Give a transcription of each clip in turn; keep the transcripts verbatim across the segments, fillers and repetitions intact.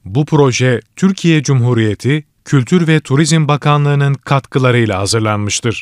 Bu proje Türkiye Cumhuriyeti Kültür ve Turizm Bakanlığı'nın katkılarıyla hazırlanmıştır.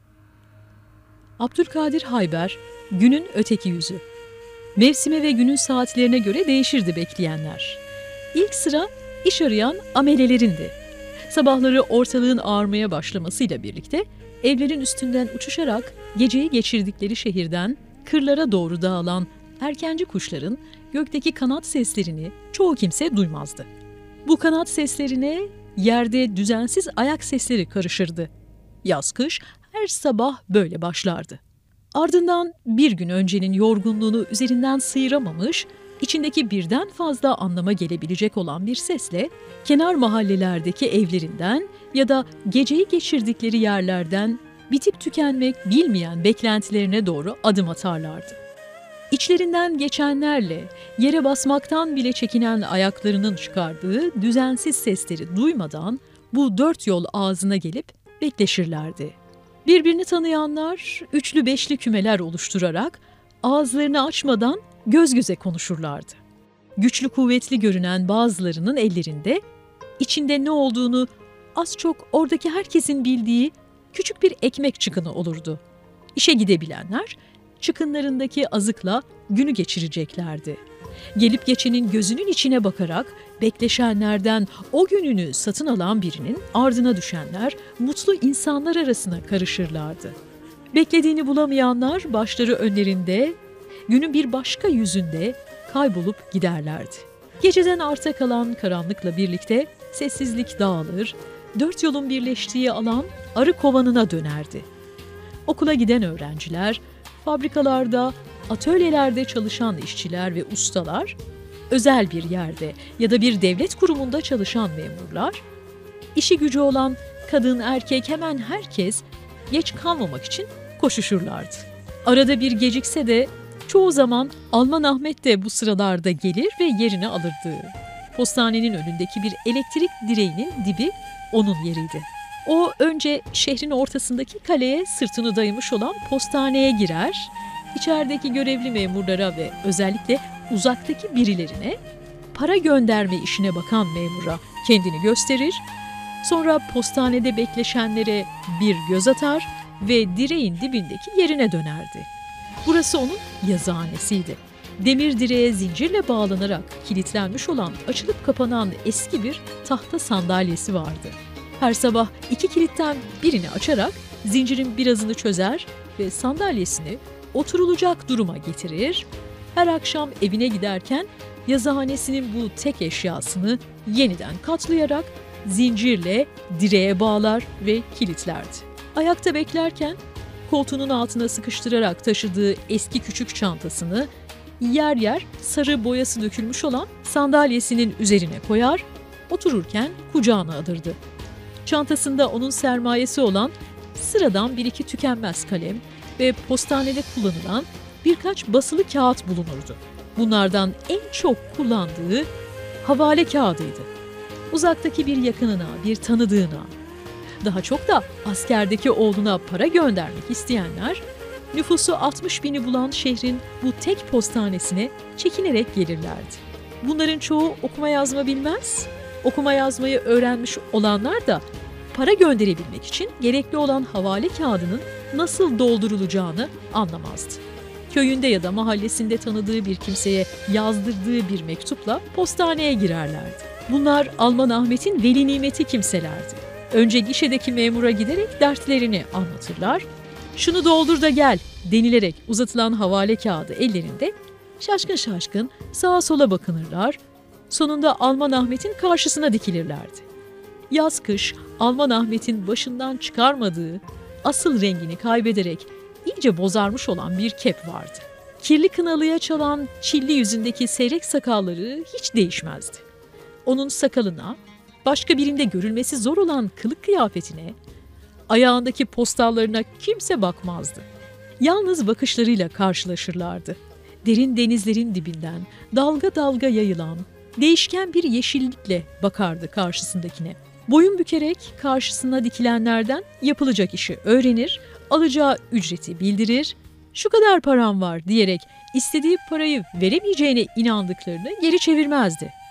Abdülkadir Hayber, günün öteki yüzü. Mevsime ve günün saatlerine göre değişirdi bekleyenler. İlk sıra iş arayan amelelerindi. Sabahları ortalığın ağarmaya başlamasıyla birlikte evlerin üstünden uçuşarak geceyi geçirdikleri şehirden kırlara doğru dağılan erkenci kuşların gökteki kanat seslerini çoğu kimse duymazdı. Bu kanat seslerine yerde düzensiz ayak sesleri karışırdı. Yaz-kış her sabah böyle başlardı. Ardından bir gün öncenin yorgunluğunu üzerinden sıyıramamış, içindeki birden fazla anlama gelebilecek olan bir sesle kenar mahallelerdeki evlerinden ya da geceyi geçirdikleri yerlerden bitip tükenmek bilmeyen beklentilerine doğru adım atarlardı. İçlerinden geçenlerle yere basmaktan bile çekinen ayaklarının çıkardığı düzensiz sesleri duymadan bu dört yol ağzına gelip bekleşirlerdi. Birbirini tanıyanlar üçlü beşli kümeler oluşturarak ağızlarını açmadan göz göze konuşurlardı. Güçlü kuvvetli görünen bazılarının ellerinde içinde ne olduğunu az çok oradaki herkesin bildiği küçük bir ekmek çıkını olurdu. İşe gidebilenler çıkınlarındaki azıkla günü geçireceklerdi. Gelip geçenin gözünün içine bakarak bekleşenlerden o gününü satın alan birinin ardına düşenler mutlu insanlar arasına karışırlardı. Beklediğini bulamayanlar başları önlerinde, günün bir başka yüzünde kaybolup giderlerdi. Geceden arta kalan karanlıkla birlikte sessizlik dağılır, dört yolun birleştiği alan arı kovanına dönerdi. Okula giden öğrenciler, fabrikalarda, atölyelerde çalışan işçiler ve ustalar, özel bir yerde ya da bir devlet kurumunda çalışan memurlar, işi gücü olan kadın, erkek hemen herkes geç kalmamak için koşuşurlardı. Arada bir gecikse de çoğu zaman Alman Ahmet de bu sıralarda gelir ve yerini alırdı. Postanenin önündeki bir elektrik direğinin dibi onun yeriydi. O önce şehrin ortasındaki kaleye sırtını dayamış olan postaneye girer, içerideki görevli memurlara ve özellikle uzaktaki birilerine para gönderme işine bakan memura kendini gösterir, sonra postanede bekleşenlere bir göz atar ve direğin dibindeki yerine dönerdi. Burası onun yazıhanesiydi. Demir direğe zincirle bağlanarak kilitlenmiş olan açılıp kapanan eski bir tahta sandalyesi vardı. Her sabah iki kilitten birini açarak zincirin birazını çözer ve sandalyesini oturulacak duruma getirir, her akşam evine giderken yazıhanesinin bu tek eşyasını yeniden katlayarak zincirle direğe bağlar ve kilitlerdi. Ayakta beklerken koltuğunun altına sıkıştırarak taşıdığı eski küçük çantasını yer yer sarı boyası dökülmüş olan sandalyesinin üzerine koyar, otururken kucağına alırdı. Çantasında onun sermayesi olan sıradan bir iki tükenmez kalem ve postanede kullanılan birkaç basılı kağıt bulunurdu. Bunlardan en çok kullandığı havale kağıdıydı. Uzaktaki bir yakınına, bir tanıdığına, daha çok da askerdeki oğluna para göndermek isteyenler, nüfusu altmış bini bulan şehrin bu tek postanesine çekinerek gelirlerdi. Bunların çoğu okuma yazma bilmez, okuma yazmayı öğrenmiş olanlar da para gönderebilmek için gerekli olan havale kağıdının nasıl doldurulacağını anlamazdı. Köyünde ya da mahallesinde tanıdığı bir kimseye yazdırdığı bir mektupla postaneye girerlerdi. Bunlar Alman Ahmet'in veli nimeti kimselerdi. Önce gişedeki memura giderek dertlerini anlatırlar. "Şunu doldur da gel" denilerek uzatılan havale kağıdı ellerinde şaşkın şaşkın sağa sola bakınırlar. Sonunda Alman Ahmet'in karşısına dikilirlerdi. Yaz kış Alman Ahmet'in başından çıkarmadığı, asıl rengini kaybederek iyice bozarmış olan bir kep vardı. Kirli kınalıya çalan çilli yüzündeki seyrek sakalları hiç değişmezdi. Onun sakalına, başka birinde görülmesi zor olan kılık kıyafetine, ayağındaki postallarına kimse bakmazdı. Yalnız bakışlarıyla karşılaşırlardı. Derin denizlerin dibinden dalga dalga yayılan, değişken bir yeşillikle bakardı karşısındakine. Boyun bükerek karşısına dikilenlerden yapılacak işi öğrenir, alacağı ücreti bildirir, "Şu kadar param var" diyerek istediği parayı veremeyeceğine inandıklarını geri çevirmezdi.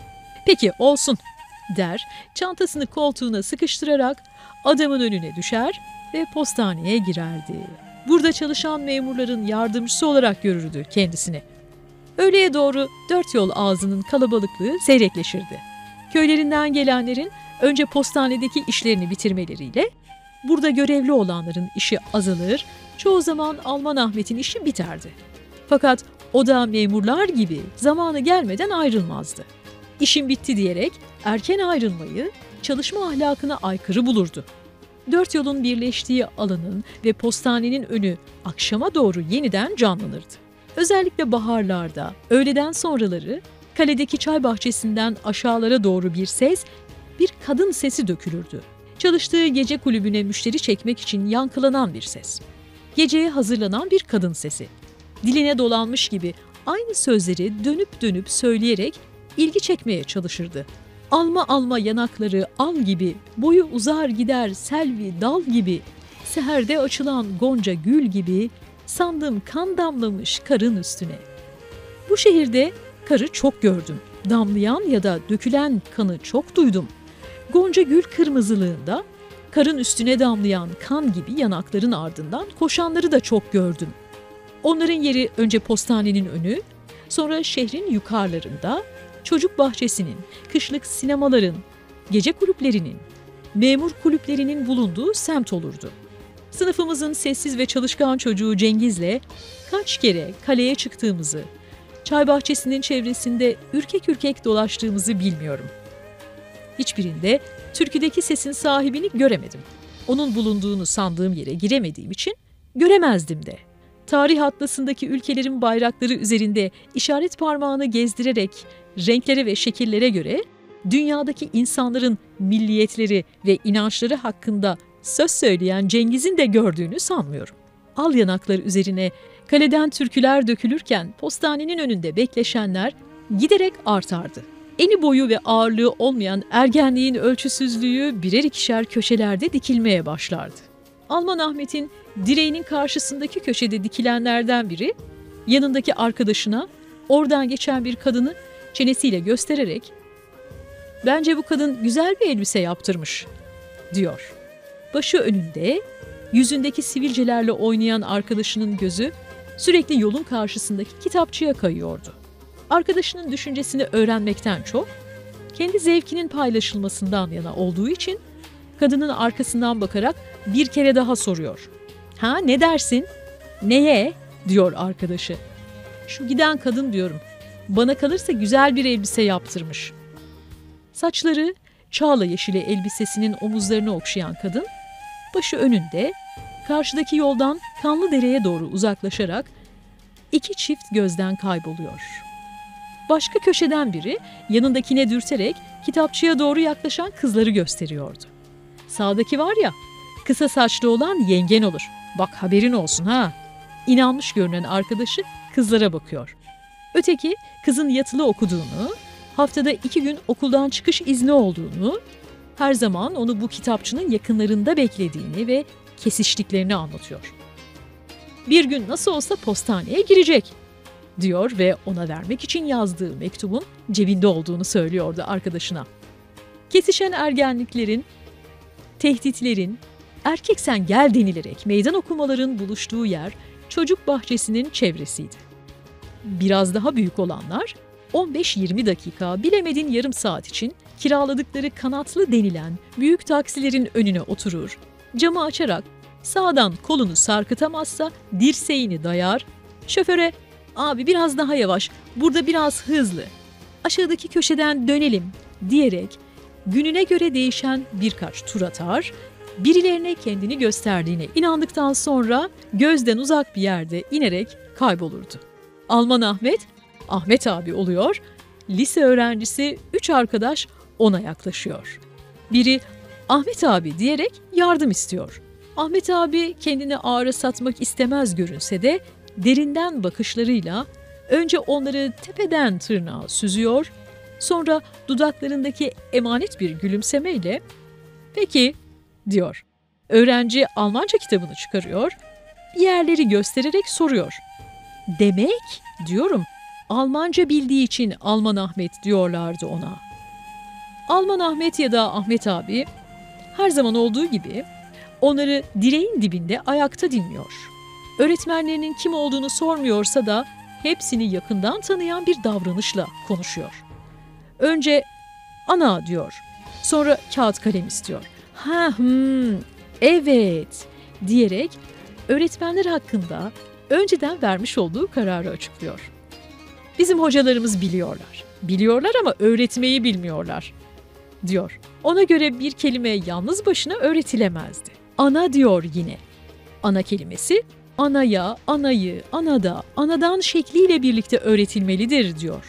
"Peki olsun," der, çantasını koltuğuna sıkıştırarak adamın önüne düşer ve postaneye girerdi. Burada çalışan memurların yardımcısı olarak görürdü kendisini. Öğleye doğru dört yol ağzının kalabalıklığı seyrekleşirdi. Köylerinden gelenlerin önce postanedeki işlerini bitirmeleriyle burada görevli olanların işi azalır, çoğu zaman Alman Ahmet'in işi biterdi. Fakat o da memurlar gibi zamanı gelmeden ayrılmazdı. İşim bitti diyerek erken ayrılmayı çalışma ahlakına aykırı bulurdu. Dört yolun birleştiği alanın ve postanenin önü akşama doğru yeniden canlanırdı. Özellikle baharlarda, öğleden sonraları kaledeki çay bahçesinden aşağılara doğru bir ses, bir kadın sesi dökülürdü. Çalıştığı gece kulübüne müşteri çekmek için yankılanan bir ses. Geceye hazırlanan bir kadın sesi. Diline dolanmış gibi aynı sözleri dönüp dönüp söyleyerek ilgi çekmeye çalışırdı. Alma alma yanakları al gibi, boyu uzar gider selvi dal gibi, seherde açılan gonca gül gibi, sandım kan damlamış karın üstüne. Bu şehirde karı çok gördüm, damlayan ya da dökülen kanı çok duydum. Gonca gül kırmızılığında, karın üstüne damlayan kan gibi yanakların ardından koşanları da çok gördüm. Onların yeri önce postanenin önü, sonra şehrin yukarılarında, çocuk bahçesinin, kışlık sinemaların, gece kulüplerinin, memur kulüplerinin bulunduğu semt olurdu. Sınıfımızın sessiz ve çalışkan çocuğu Cengiz'le kaç kere kaleye çıktığımızı, çay bahçesinin çevresinde ürkek ürkek dolaştığımızı bilmiyorum. Hiçbirinde türküdeki sesin sahibini göremedim. Onun bulunduğunu sandığım yere giremediğim için göremezdim de. Tarih atlasındaki ülkelerin bayrakları üzerinde işaret parmağını gezdirerek renklere ve şekillere göre dünyadaki insanların milliyetleri ve inançları hakkında söz söyleyen Cengiz'in de gördüğünü sanmıyorum. Al yanaklar üzerine kaleden türküler dökülürken postanenin önünde bekleşenler giderek artardı. Eni boyu ve ağırlığı olmayan ergenliğin ölçüsüzlüğü birer ikişer köşelerde dikilmeye başlardı. Alman Ahmet'in direğinin karşısındaki köşede dikilenlerden biri yanındaki arkadaşına oradan geçen bir kadını çenesiyle göstererek "Bence bu kadın güzel bir elbise yaptırmış," diyor. Başı önünde, yüzündeki sivilcelerle oynayan arkadaşının gözü sürekli yolun karşısındaki kitapçıya kayıyordu. Arkadaşının düşüncesini öğrenmekten çok, kendi zevkinin paylaşılmasından yana olduğu için kadının arkasından bakarak bir kere daha soruyor. "Ha, ne dersin?" "Neye?" diyor arkadaşı. "Şu giden kadın diyorum. Bana kalırsa güzel bir elbise yaptırmış." Saçları çağla yeşili elbisesinin omuzlarını okşayan kadın, başı önünde, karşıdaki yoldan Kanlıdere'ye doğru uzaklaşarak iki çift gözden kayboluyor. Başka köşeden biri yanındakine dürterek kitapçıya doğru yaklaşan kızları gösteriyordu. "Sağdaki var ya, kısa saçlı olan yengen olur. Bak haberin olsun ha." İnanmış görünen arkadaşı kızlara bakıyor. Öteki kızın yatılı okuduğunu, haftada iki gün okuldan çıkış izni olduğunu, her zaman onu bu kitapçının yakınlarında beklediğini ve kesiştiklerini anlatıyor. "Bir gün nasıl olsa postaneye girecek," diyor ve ona vermek için yazdığı mektubun cebinde olduğunu söylüyordu arkadaşına. Kesişen ergenliklerin, tehditlerin, erkek sen gel denilerek meydan okumaların buluştuğu yer çocuk bahçesinin çevresiydi. Biraz daha büyük olanlar on beş yirmi dakika, bilemedin yarım saat için kiraladıkları kanatlı denilen büyük taksilerin önüne oturur, camı açarak sağdan kolunu sarkıtamazsa dirseğini dayar, şoföre "Abi biraz daha yavaş, burada biraz hızlı, aşağıdaki köşeden dönelim," diyerek gününe göre değişen birkaç tur atar, birilerine kendini gösterdiğine inandıktan sonra gözden uzak bir yerde inerek kaybolurdu. Alman Ahmet, Ahmet abi oluyor, lise öğrencisi üç arkadaş ona yaklaşıyor. Biri "Ahmet abi" diyerek yardım istiyor. Ahmet abi kendini ağıra satmak istemez görünse de derinden bakışlarıyla önce onları tepeden tırnağa süzüyor, sonra dudaklarındaki emanet bir gülümsemeyle "Peki," diyor. Öğrenci Almanca kitabını çıkarıyor, bir yerleri göstererek soruyor. "Demek," diyorum, "Almanca bildiği için Alman Ahmet diyorlardı ona." Alman Ahmet ya da Ahmet abi her zaman olduğu gibi onları direğin dibinde ayakta dinliyor. Öğretmenlerinin kim olduğunu sormuyorsa da hepsini yakından tanıyan bir davranışla konuşuyor. Önce ana diyor, sonra kağıt kalem istiyor. Ha, hmm, evet diyerek öğretmenler hakkında önceden vermiş olduğu kararı açıklıyor. Bizim hocalarımız biliyorlar. Biliyorlar ama öğretmeyi bilmiyorlar, diyor. Ona göre bir kelime yalnız başına öğretilemezdi. Ana diyor yine. Ana kelimesi anaya, anayı, anada, anadan şekliyle birlikte öğretilmelidir, diyor.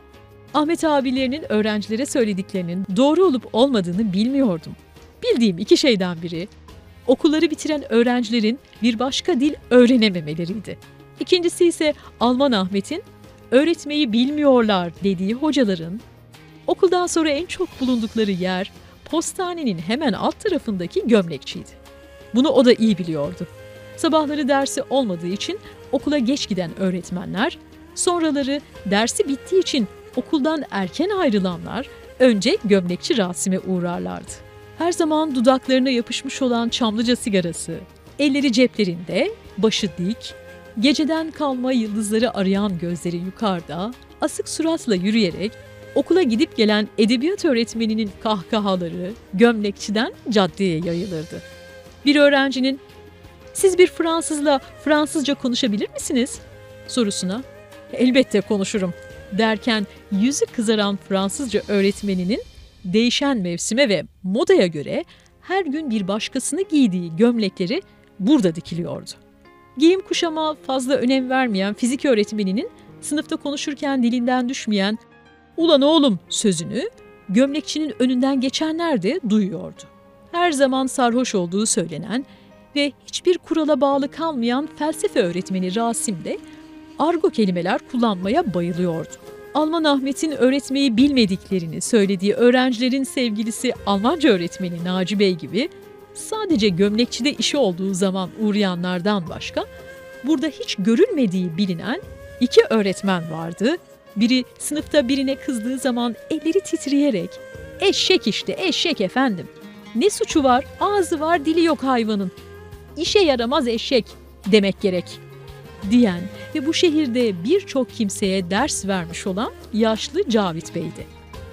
Ahmet abilerinin öğrencilere söylediklerinin doğru olup olmadığını bilmiyordum. Bildiğim iki şeyden biri, okulları bitiren öğrencilerin bir başka dil öğrenememeleriydi. İkincisi ise Alman Ahmet'in öğretmeyi bilmiyorlar dediği hocaların okuldan sonra en çok bulundukları yer postanenin hemen alt tarafındaki gömlekçiydi. Bunu o da iyi biliyordu. Sabahları dersi olmadığı için okula geç giden öğretmenler, sonraları dersi bittiği için okuldan erken ayrılanlar önce gömlekçi Rasim'e uğrarlardı. Her zaman dudaklarına yapışmış olan Çamlıca sigarası, elleri ceplerinde, başı dik, geceden kalma yıldızları arayan gözleri yukarıda, asık suratla yürüyerek okula gidip gelen edebiyat öğretmeninin kahkahaları gömlekçiden caddeye yayılırdı. Bir öğrencinin "Siz bir Fransızla Fransızca konuşabilir misiniz?" sorusuna "Elbette konuşurum" derken yüzü kızaran Fransızca öğretmeninin değişen mevsime ve modaya göre her gün bir başkasını giydiği gömlekleri burada dikiliyordu. Giyim kuşama fazla önem vermeyen fizik öğretmeninin sınıfta konuşurken dilinden düşmeyen "Ulan oğlum" sözünü gömlekçinin önünden geçenler de duyuyordu. Her zaman sarhoş olduğu söylenen ve hiçbir kurala bağlı kalmayan felsefe öğretmeni Rasim de argo kelimeler kullanmaya bayılıyordu. Alman Ahmet'in öğretmeyi bilmediklerini söylediği öğrencilerin sevgilisi Almanca öğretmeni Naci Bey gibi sadece gömlekçide işi olduğu zaman uğrayanlardan başka burada hiç görülmediği bilinen iki öğretmen vardı. Biri sınıfta birine kızdığı zaman elleri titreyerek "Eşek işte, eşek efendim. Ne suçu var, ağzı var, dili yok hayvanın. İşe yaramaz eşek demek gerek" diyen ve bu şehirde birçok kimseye ders vermiş olan yaşlı Cavit Bey'di.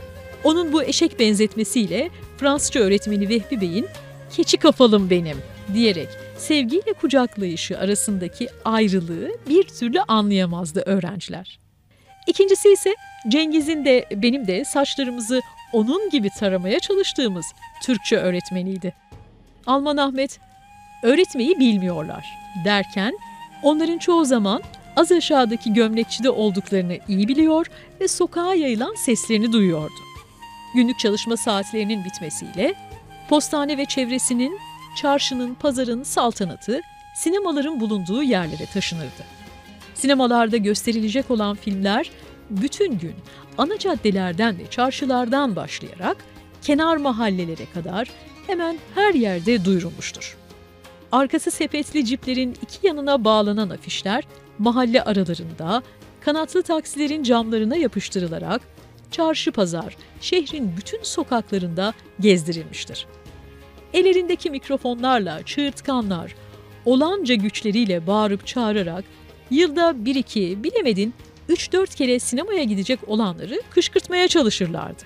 Onun bu eşek benzetmesiyle Fransızca öğretmeni Vehbi Bey'in "Keçi kafalım benim" diyerek sevgiyle kucaklayışı arasındaki ayrılığı bir türlü anlayamazdı öğrenciler. İkincisi ise Cengiz'in de benim de saçlarımızı onun gibi taramaya çalıştığımız Türkçe öğretmeniydi. Alman Ahmet, öğretmeyi bilmiyorlar derken onların çoğu zaman az aşağıdaki gömlekçide olduklarını iyi biliyor ve sokağa yayılan seslerini duyuyordu. Günlük çalışma saatlerinin bitmesiyle postane ve çevresinin, çarşının, pazarın saltanatı sinemaların bulunduğu yerlere taşınırdı. Sinemalarda gösterilecek olan filmler bütün gün ana caddelerden ve çarşılardan başlayarak kenar mahallelere kadar hemen her yerde duyurulmuştur. Arkası sepetli ciplerin iki yanına bağlanan afişler mahalle aralarında, kanatlı taksilerin camlarına yapıştırılarak çarşı pazar, şehrin bütün sokaklarında gezdirilmiştir. Ellerindeki mikrofonlarla çığırtkanlar, olanca güçleriyle bağırıp çağırarak yılda bir iki, bilemedin üç dört kere sinemaya gidecek olanları kışkırtmaya çalışırlardı.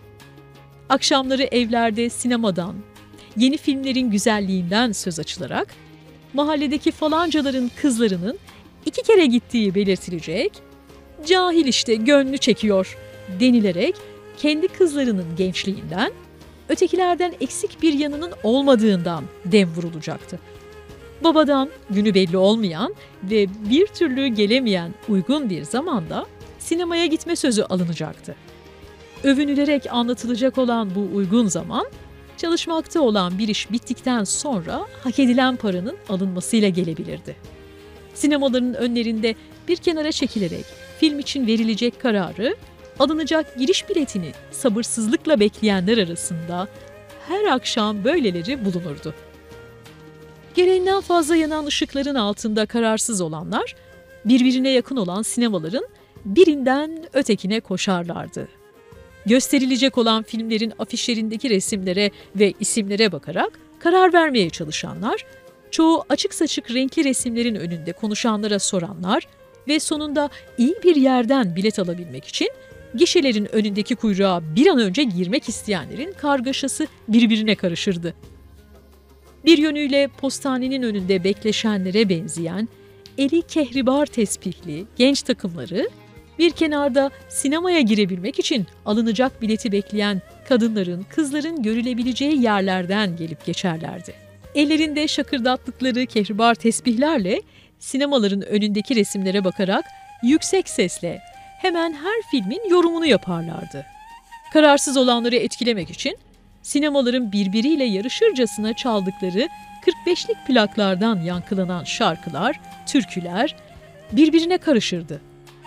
Akşamları evlerde sinemadan, yeni filmlerin güzelliğinden söz açılarak, mahalledeki falancaların kızlarının iki kere gittiği belirtilecek, "Cahil işte gönlü çekiyor" denilerek kendi kızlarının gençliğinden, ötekilerden eksik bir yanının olmadığından dem vurulacaktı. Babadan günü belli olmayan ve bir türlü gelemeyen uygun bir zamanda sinemaya gitme sözü alınacaktı. Övünülerek anlatılacak olan bu uygun zaman, çalışmakta olan bir iş bittikten sonra hak edilen paranın alınmasıyla gelebilirdi. Sinemaların önlerinde bir kenara çekilerek film için verilecek kararı, alınacak giriş biletini sabırsızlıkla bekleyenler arasında her akşam böyleleri bulunurdu. Gereğinden fazla yanan ışıkların altında kararsız olanlar, birbirine yakın olan sinemaların birinden ötekine koşarlardı. Gösterilecek olan filmlerin afişlerindeki resimlere ve isimlere bakarak karar vermeye çalışanlar, çoğu açık saçık renkli resimlerin önünde konuşanlara soranlar ve sonunda iyi bir yerden bilet alabilmek için gişelerin önündeki kuyruğa bir an önce girmek isteyenlerin kargaşası birbirine karışırdı. Bir yönüyle postanenin önünde bekleşenlere benzeyen, eli kehribar tespihli genç takımları, bir kenarda sinemaya girebilmek için alınacak bileti bekleyen kadınların, kızların görülebileceği yerlerden gelip geçerlerdi. Ellerinde şakırdattıkları kehribar tesbihlerle sinemaların önündeki resimlere bakarak yüksek sesle hemen her filmin yorumunu yaparlardı. Kararsız olanları etkilemek için sinemaların birbiriyle yarışırcasına çaldıkları kırk beşlik plaklardan yankılanan şarkılar, türküler birbirine karışırdı.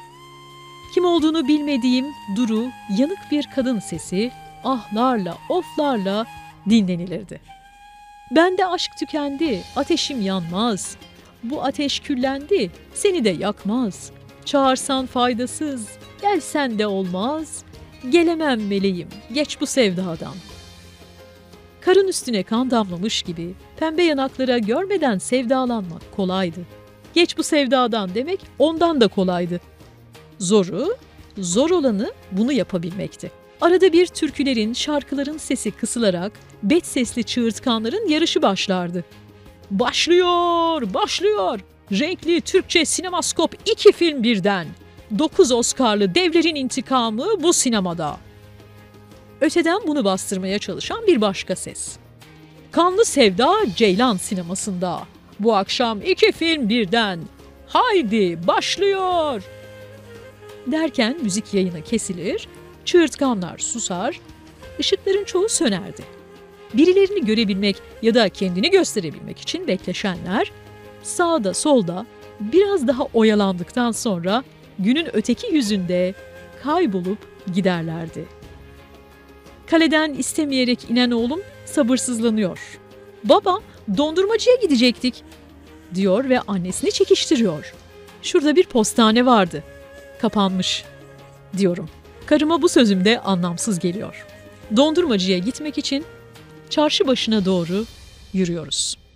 Kim olduğunu bilmediğim duru, yanık bir kadın sesi ahlarla, oflarla dinlenilirdi. Bende aşk tükendi, ateşim yanmaz. Bu ateş küllendi, seni de yakmaz. Çağırsan faydasız, gelsen de olmaz. Gelemem meleğim, geç bu sevdadan. Karın üstüne kan damlamış gibi pembe yanaklara görmeden sevdalanmak kolaydı. Geç bu sevdadan demek ondan da kolaydı. Zoru, zor olanı bunu yapabilmekti. Arada bir türkülerin, şarkıların sesi kısılarak bet sesli çığırtkanların yarışı başlardı. Başlıyor, başlıyor. Renkli Türkçe sinemaskop iki film birden. Dokuz Oscar'lı devlerin intikamı bu sinemada. Öteden bunu bastırmaya çalışan bir başka ses. Kanlı Sevda Ceylan sinemasında. Bu akşam iki film birden. Haydi başlıyor. Derken müzik yayını kesilir, çığırtkanlar susar, ışıkların çoğu sönerdi. Birilerini görebilmek ya da kendini gösterebilmek için bekleşenler, sağda solda biraz daha oyalandıktan sonra günün öteki yüzünde kaybolup giderlerdi. Kaleden istemeyerek inen oğlum sabırsızlanıyor. "Baba, dondurmacıya gidecektik," diyor ve annesini çekiştiriyor. "Şurada bir postane vardı. Kapanmış," diyorum. Karıma bu sözüm de anlamsız geliyor. Dondurmacıya gitmek için çarşı başına doğru yürüyoruz.